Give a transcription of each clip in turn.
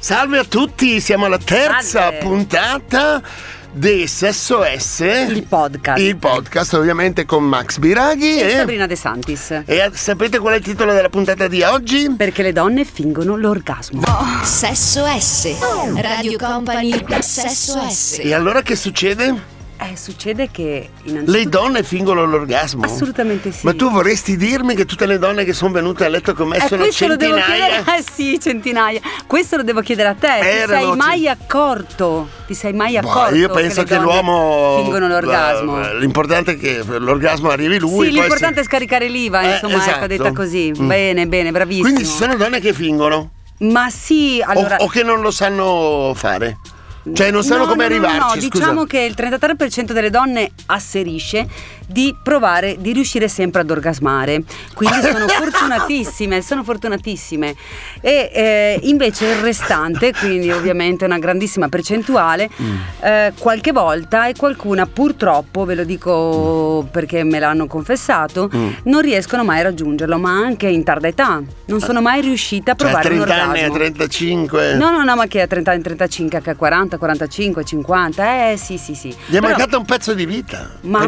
Salve a tutti, siamo alla terza puntata di Sesso S, il podcast ovviamente con Max Biraghi e Sabrina De Santis. E sapete qual è il titolo della puntata di oggi? Perché le donne fingono l'orgasmo. Sesso S, Radio Company, Sesso S. E allora che succede? Succede che innanzitutto le donne fingono l'orgasmo? Assolutamente sì. Ma tu vorresti dirmi che tutte le donne che sono venute a letto con me sono centinaia? Sì, centinaia. Questo lo devo chiedere a te. Ti sei mai accorto? Io penso che l'uomo fingono l'orgasmo. L'importante è che l'orgasmo arrivi lui. Sì, l'importante è scaricare l'IVA, insomma, esatto. Ecco, detta così. Bene, bravissimo. Quindi ci sono donne che fingono? Ma sì, allora o che non lo sanno fare? Cioè non sanno come arrivarci. No, diciamo che il 33% delle donne asserisce di provare, di riuscire sempre ad orgasmare. Quindi sono fortunatissime. E invece il restante, quindi ovviamente una grandissima percentuale, qualche volta e qualcuna purtroppo, ve lo dico perché me l'hanno confessato, non riescono mai a raggiungerlo, ma anche in tarda età. Non sono mai riuscita a provare un orgasmo. A 30 anni, a 35? No, ma che a 30 anni, 35, che a 40, 45, 50, sì. Gli è mancato un pezzo di vita. Ma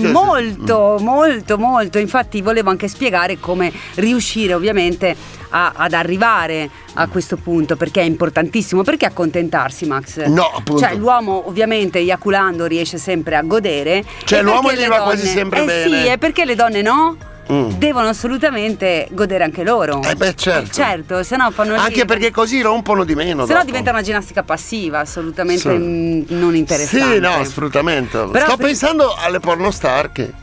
molto. Infatti volevo anche spiegare come riuscire ovviamente ad arrivare a questo punto, perché è importantissimo. Perché accontentarsi, Max? No, appunto. Cioè l'uomo ovviamente eiaculando riesce sempre a godere. Cioè l'uomo gli va quasi sempre bene. Sì, è perché le donne no? Devono assolutamente godere anche loro. Certo, se no fanno anche perché così rompono di meno. Se no diventa una ginnastica passiva, assolutamente non interessante. Sì, no, sfruttamento. Però sto pensando alle pornostar che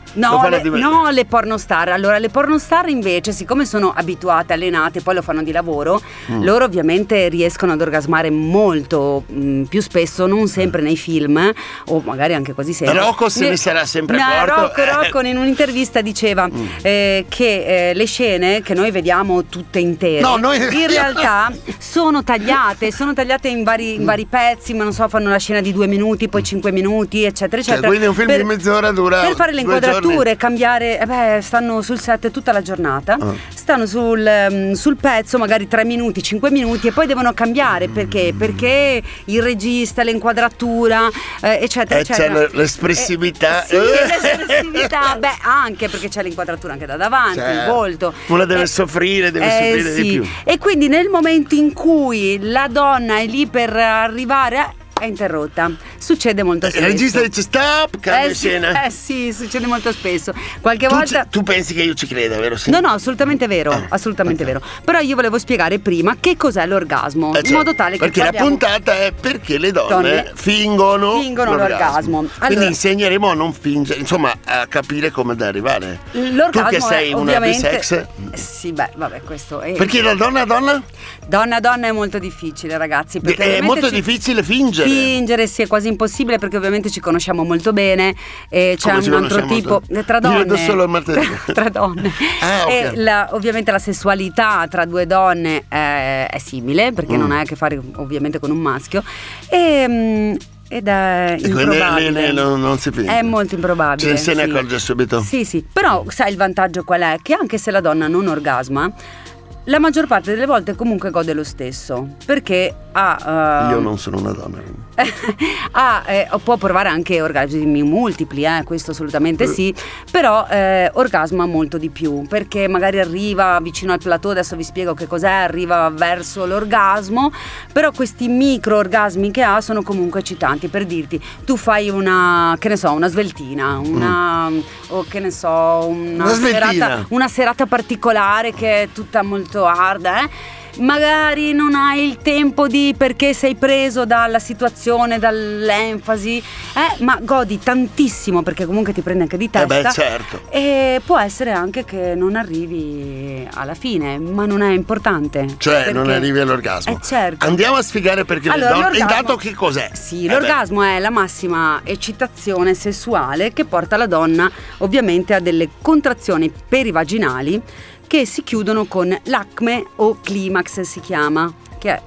le pornostar. Allora, le pornostar invece, siccome sono abituate, allenate, poi lo fanno di lavoro, loro ovviamente riescono ad orgasmare molto più spesso, non sempre nei film, o magari anche quasi sempre. Rocco se ne sarà sempre accorto. Rocco in un'intervista diceva che le scene che noi vediamo tutte intere, in realtà sono tagliate in vari pezzi, ma non so, fanno la scena di 2 minuti, poi 5 minuti, eccetera. Quindi un film di mezz'ora dura per fare le inquadrature, cambiare, stanno sul set tutta la giornata, stanno sul pezzo magari 3 minuti, 5 minuti, e poi devono cambiare perché il regista, l'inquadratura, eccetera. C'è l'espressività. L'espressività, anche perché c'è l'inquadratura anche da davanti, il volto. Una deve soffrire di più. E quindi nel momento in cui la donna è lì per arrivare è interrotta. Succede molto spesso. Il regista dice stop, cambia scena. Sì, succede molto spesso. Qualche volta. Tu pensi che io ci creda, vero? Sì. No, assolutamente vero. Assolutamente vero. Però io volevo spiegare prima che cos'è l'orgasmo. In modo tale che. Perché la puntata è perché le donne fingono l'orgasmo. Allora, quindi insegneremo a non fingere, insomma, a capire come da arrivare. L'orgasmo. Tu che sei una bisex. Sì, questo è. Perché da donna a donna? Donna a donna è molto difficile, ragazzi. Perché è molto difficile fingere. Fingere, sì, è quasi impossibile, perché ovviamente ci conosciamo molto bene, e c'è un altro tipo tra donne. Io solo il tra donne. Okay. E ovviamente la sessualità tra due donne è simile, perché non ha a che fare ovviamente con un maschio. Ed è improbabile. Non si finge. È molto improbabile. Se ne accorge subito. Sì. Però sai il vantaggio qual è? Che anche se la donna non orgasma, la maggior parte delle volte comunque gode lo stesso, perché io non sono una donna. Può provare anche orgasmi multipli, questo assolutamente sì, però orgasma molto di più, perché magari arriva vicino al plateau, adesso vi spiego che cos'è, arriva verso l'orgasmo, però questi micro orgasmi che ha sono comunque eccitanti. Per dirti, tu fai una sveltina, o che ne so, una serata particolare che è tutta molto hard, magari non hai il tempo perché sei preso dalla situazione, dall'enfasi, ma godi tantissimo, perché comunque ti prende anche di testa. Certo. E può essere anche che non arrivi alla fine, ma non è importante. Cioè non arrivi all'orgasmo. Certo. Andiamo a spiegare perché le donne. Intanto che cos'è? Sì, l'orgasmo è la massima eccitazione sessuale che porta la donna ovviamente a delle contrazioni perivaginali che si chiudono con l'acme o climax, si chiama, che è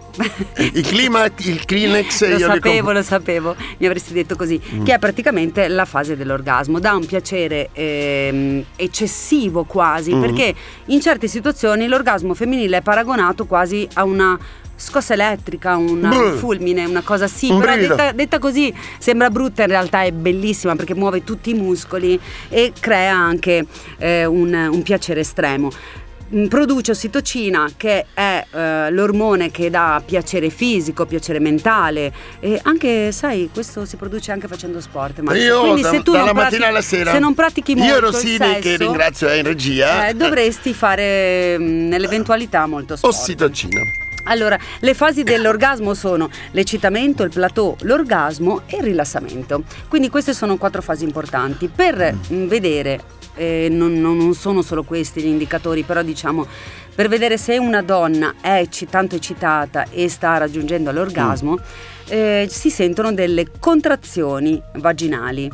il climax. Lo sapevo, mi avresti detto così, che è praticamente la fase dell'orgasmo. Dà un piacere eccessivo quasi, perché in certe situazioni l'orgasmo femminile è paragonato quasi a una scossa elettrica, un fulmine, una cosa però detta così sembra brutta, in realtà è bellissima perché muove tutti i muscoli e crea anche un piacere estremo. Produce ossitocina, che è l'ormone che dà piacere fisico, piacere mentale, e anche, sai, questo si produce anche facendo sport. Quindi se tu dalla mattina alla sera, se non pratichi molto io Rossini, il sesso, che ringrazio in regia, dovresti fare nell'eventualità molto sport. Ossitocina. Allora, le fasi dell'orgasmo sono l'eccitamento, il plateau, l'orgasmo e il rilassamento. Quindi queste sono 4 fasi importanti per vedere. Non sono solo questi gli indicatori, però diciamo per vedere se una donna è tanto eccitata e sta raggiungendo l'orgasmo, si sentono delle contrazioni vaginali,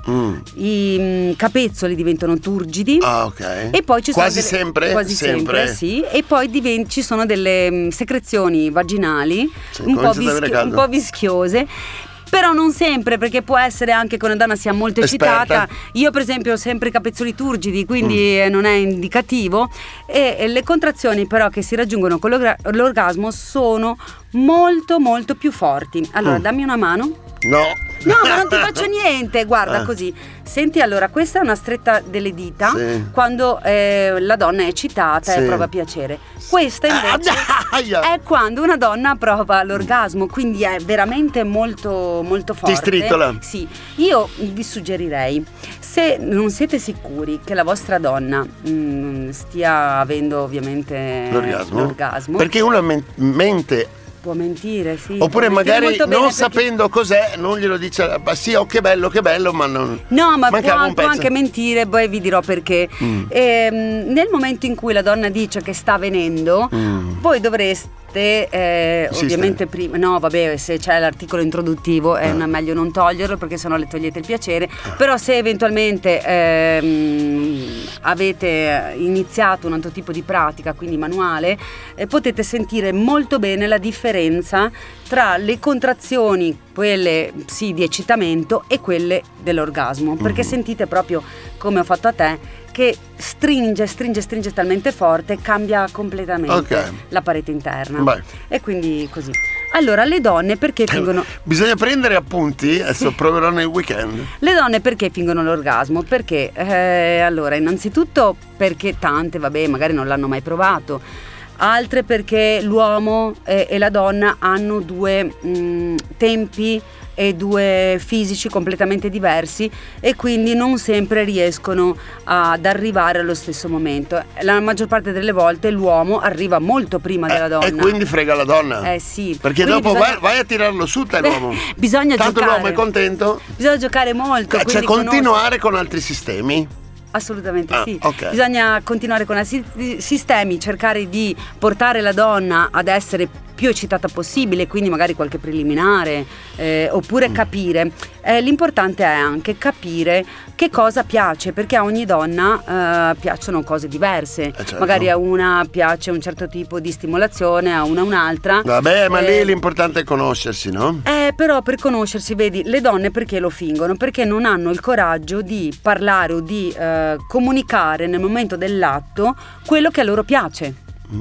i capezzoli diventano turgidi, e poi ci quasi sono sempre sì, e poi ci sono delle secrezioni vaginali un po' vischiose. Però non sempre, perché può essere anche che una donna sia molto eccitata. Io per esempio ho sempre i capezzoli turgidi, quindi non è indicativo. E le contrazioni però che si raggiungono con l'orgasmo sono molto molto più forti. Allora dammi una mano. No, ma non ti faccio niente, guarda così. Senti, allora, questa è una stretta delle dita quando la donna è eccitata e prova piacere. Questa invece è quando una donna prova l'orgasmo, quindi è veramente molto molto forte. Ti strittola? Sì, io vi suggerirei, se non siete sicuri che la vostra donna stia avendo ovviamente l'orgasmo, perché una mente può mentire, sì. Oppure magari non sapendo cos'è, non glielo dice, sì, che bello, ma non. No, ma può anche mentire, poi vi dirò perché. Nel momento in cui la donna dice che sta venendo, voi dovreste ovviamente prima, no vabbè, se c'è l'articolo introduttivo è meglio non toglierlo, perché sennò le togliete il piacere. Però se eventualmente avete iniziato un altro tipo di pratica, quindi manuale, potete sentire molto bene la differenza tra le contrazioni, quelle sì di eccitamento, e quelle dell'orgasmo, perché sentite proprio, come ho fatto a te, che stringe talmente forte, cambia completamente la parete interna. E quindi così. Allora, le donne perché fingono... Bisogna prendere appunti, adesso proverò nel weekend. Le donne perché fingono l'orgasmo? Perché, allora, innanzitutto perché tante, magari non l'hanno mai provato. Altre perché l'uomo e la donna hanno 2 tempi e 2 fisici completamente diversi, e quindi non sempre riescono ad arrivare allo stesso momento. La maggior parte delle volte l'uomo arriva molto prima della donna, e quindi frega la donna. Sì. Perché quindi dopo vai a tirarlo su te l'uomo. Bisogna tanto giocare. L'uomo è contento. Bisogna giocare molto. Cioè continuare con altri sistemi. Assolutamente sì. Bisogna continuare con altri sistemi, cercare di portare la donna ad essere più eccitata possibile, quindi magari qualche preliminare, oppure capire. L'importante è anche capire che cosa piace, perché a ogni donna piacciono cose diverse. Certo. Magari a una piace un certo tipo di stimolazione, a una un'altra. Vabbè, ma lì l'importante è conoscersi, no? Però per conoscersi, vedi, le donne perché lo fingono? Perché non hanno il coraggio di parlare o di comunicare nel momento dell'atto quello che a loro piace.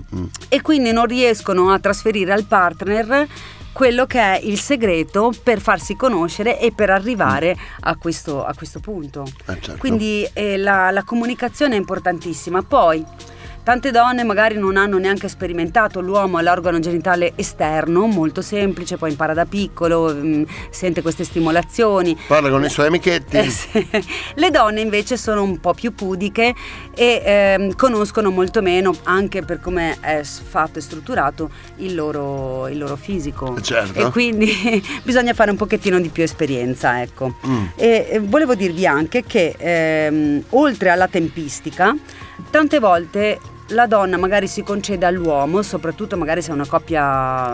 E quindi non riescono a trasferire al partner quello che è il segreto per farsi conoscere e per arrivare a questo punto. Certo. Quindi la comunicazione è importantissima. Poi tante donne magari non hanno neanche sperimentato, l'uomo ha l'organo genitale esterno, molto semplice, poi impara da piccolo, sente queste stimolazioni. Parla con i suoi amichetti. Le donne invece sono un po' più pudiche e conoscono molto meno, anche per come è fatto e strutturato il loro fisico. Certo. E quindi bisogna fare un pochettino di più esperienza, ecco. E volevo dirvi anche che oltre alla tempistica, tante volte la donna magari si concede all'uomo, soprattutto magari se è una coppia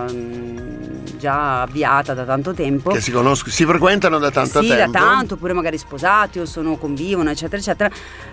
già avviata da tanto tempo, che si frequentano da tanto tempo. Sì, da tanto, oppure magari sposati o convivono, eccetera eccetera,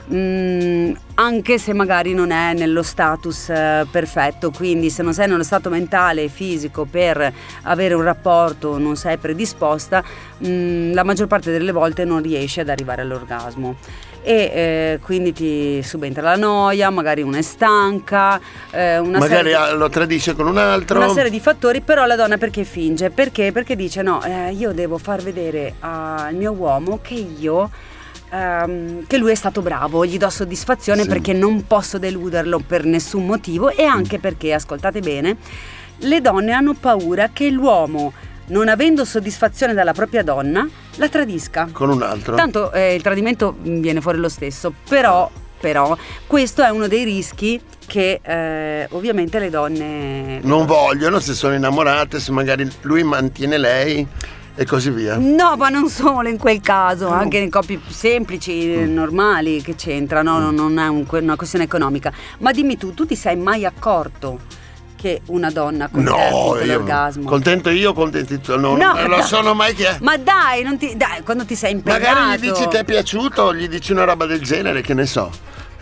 anche se magari non è nello status perfetto, quindi se non sei nello stato mentale e fisico per avere un rapporto, non sei predisposta, la maggior parte delle volte non riesci ad arrivare all'orgasmo. e quindi ti subentra la noia, magari una è stanca, magari lo tradisce con un altro, una serie di fattori. Però la donna perché finge? Perché dice no, io devo far vedere al mio uomo che lui è stato bravo, gli do soddisfazione, perché non posso deluderlo per nessun motivo, e anche perché, ascoltate bene, le donne hanno paura che l'uomo, non avendo soddisfazione dalla propria donna, la tradisca con un altro. Tanto il tradimento viene fuori lo stesso, però questo è uno dei rischi che ovviamente le donne non vogliono, se sono innamorate, se magari lui mantiene lei e così via. No, ma non solo in quel caso, anche in coppie più semplici, normali, che c'entrano, non è una questione economica. Ma dimmi tu ti sei mai accorto che una donna con l'orgasmo? Contento io, contenti tu? No, non lo sono mai che. Ma dai, quando ti sei impegnato. Magari gli dici ti è piaciuto, gli dici una roba del genere, che ne so.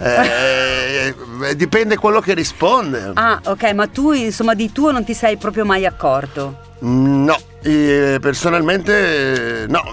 Dipende quello che risponde. Ah, ok, ma tu insomma di tuo non ti sei proprio mai accorto? No, personalmente no,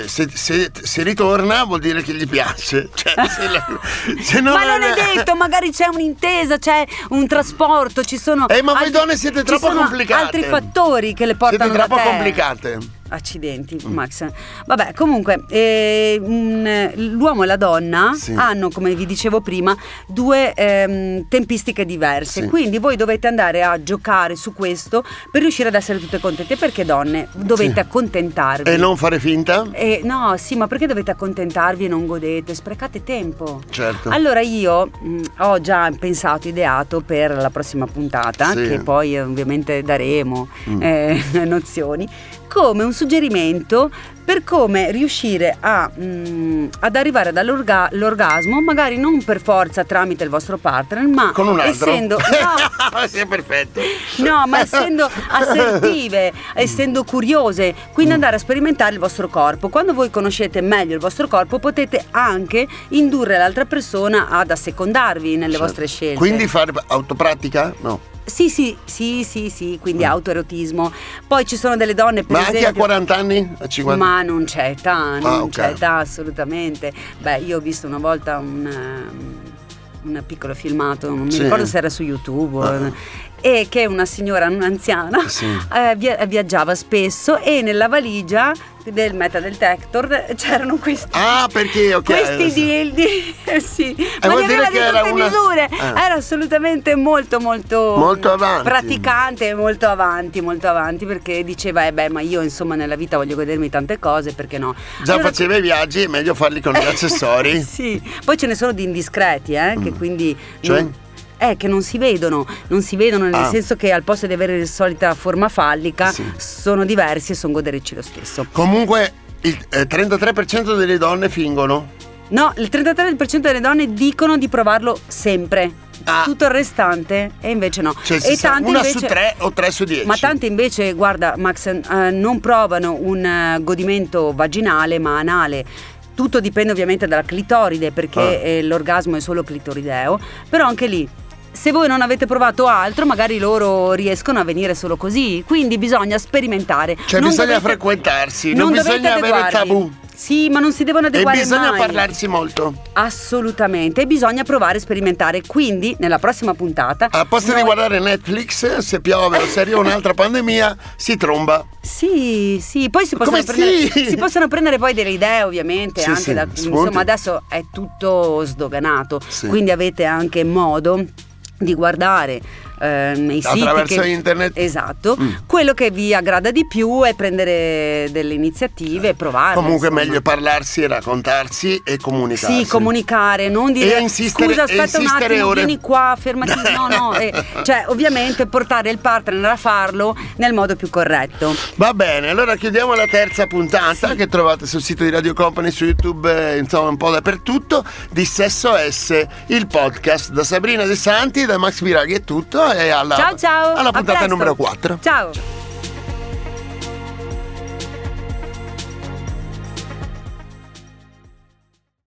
se ritorna vuol dire che gli piace, cioè, se non ma non è detto, magari c'è un'intesa, c'è un trasporto, ci sono ma voi donne siete troppo complicate, altri fattori che le portano siete troppo da te. Complicate. Accidenti, Max. Vabbè, comunque l'uomo e la donna hanno, come vi dicevo prima, due tempistiche diverse. Quindi voi dovete andare a giocare su questo per riuscire ad essere tutte contente. Perché donne dovete accontentarvi e non fare finta? No, sì, ma perché dovete accontentarvi e non godete? Sprecate tempo. Certo. Allora io ho già pensato, ideato per la prossima puntata, che poi ovviamente daremo nozioni, come un suggerimento per come riuscire ad arrivare dall'orgasmo, magari non per forza tramite il vostro partner, ma con un altro. Essendo sia perfetto. No, ma essendo assertive, essendo curiose, quindi andare a sperimentare il vostro corpo. Quando voi conoscete meglio il vostro corpo, potete anche indurre l'altra persona ad assecondarvi nelle vostre scelte. Quindi fare autopratica? No. Sì, quindi autoerotismo. Poi ci sono delle donne, per esempio, anche a 40 anni? A 50? Ma non c'è età, c'è età assolutamente. Beh, io ho visto una volta un piccolo filmato, non mi ricordo se era su YouTube, e che una signora, un'anziana, viaggiava spesso e nella valigia del metal detector c'erano questi questi dildi ma ne aveva di tutte misure. Era assolutamente molto avanti, praticante, molto avanti, perché diceva ma io insomma nella vita voglio godermi tante cose, perché no? Già faceva i viaggi, è meglio farli con gli accessori. Sì, poi ce ne sono di indiscreti che quindi che non si vedono nel senso che al posto di avere la solita forma fallica sono diversi e sono goderci lo stesso. Comunque il 33% delle donne fingono? No, il 33% delle donne dicono di provarlo sempre. Tutto il restante e invece no. Cioè, e tante una invece, su 3 o 3 su 10. Ma tante invece, guarda Max, non provano un godimento vaginale ma anale. Tutto dipende ovviamente dalla clitoride, perché l'orgasmo è solo clitorideo. Però anche lì, se voi non avete provato altro, magari loro riescono a venire solo così. Quindi bisogna sperimentare. Cioè bisogna frequentarsi, non bisogna avere tabù. Sì, ma non si devono adeguare mai. E bisogna parlarsi molto. Assolutamente, e bisogna provare e sperimentare. Quindi nella prossima puntata, a posto di guardare Netflix, se piove o se arriva un'altra pandemia, si tromba. Sì, poi si possono prendere poi delle idee, ovviamente, anche insomma, adesso è tutto sdoganato, quindi avete anche modo di guardare nei siti attraverso internet. Esatto. Quello che vi aggrada di più è prendere delle iniziative e provare. Comunque è meglio parlarsi e raccontarsi e comunicarsi. Sì, comunicare, non dire scusa, aspetta un attimo, vieni qua, fermati. No, cioè ovviamente portare il partner a farlo nel modo più corretto. Va bene, allora chiudiamo la terza puntata che trovate sul sito di Radio Company, su YouTube, insomma un po' dappertutto, di Sesso S, il podcast. Da Sabrina De Santi, da Max Biraghi è tutto. E ciao alla puntata numero 4. Ciao.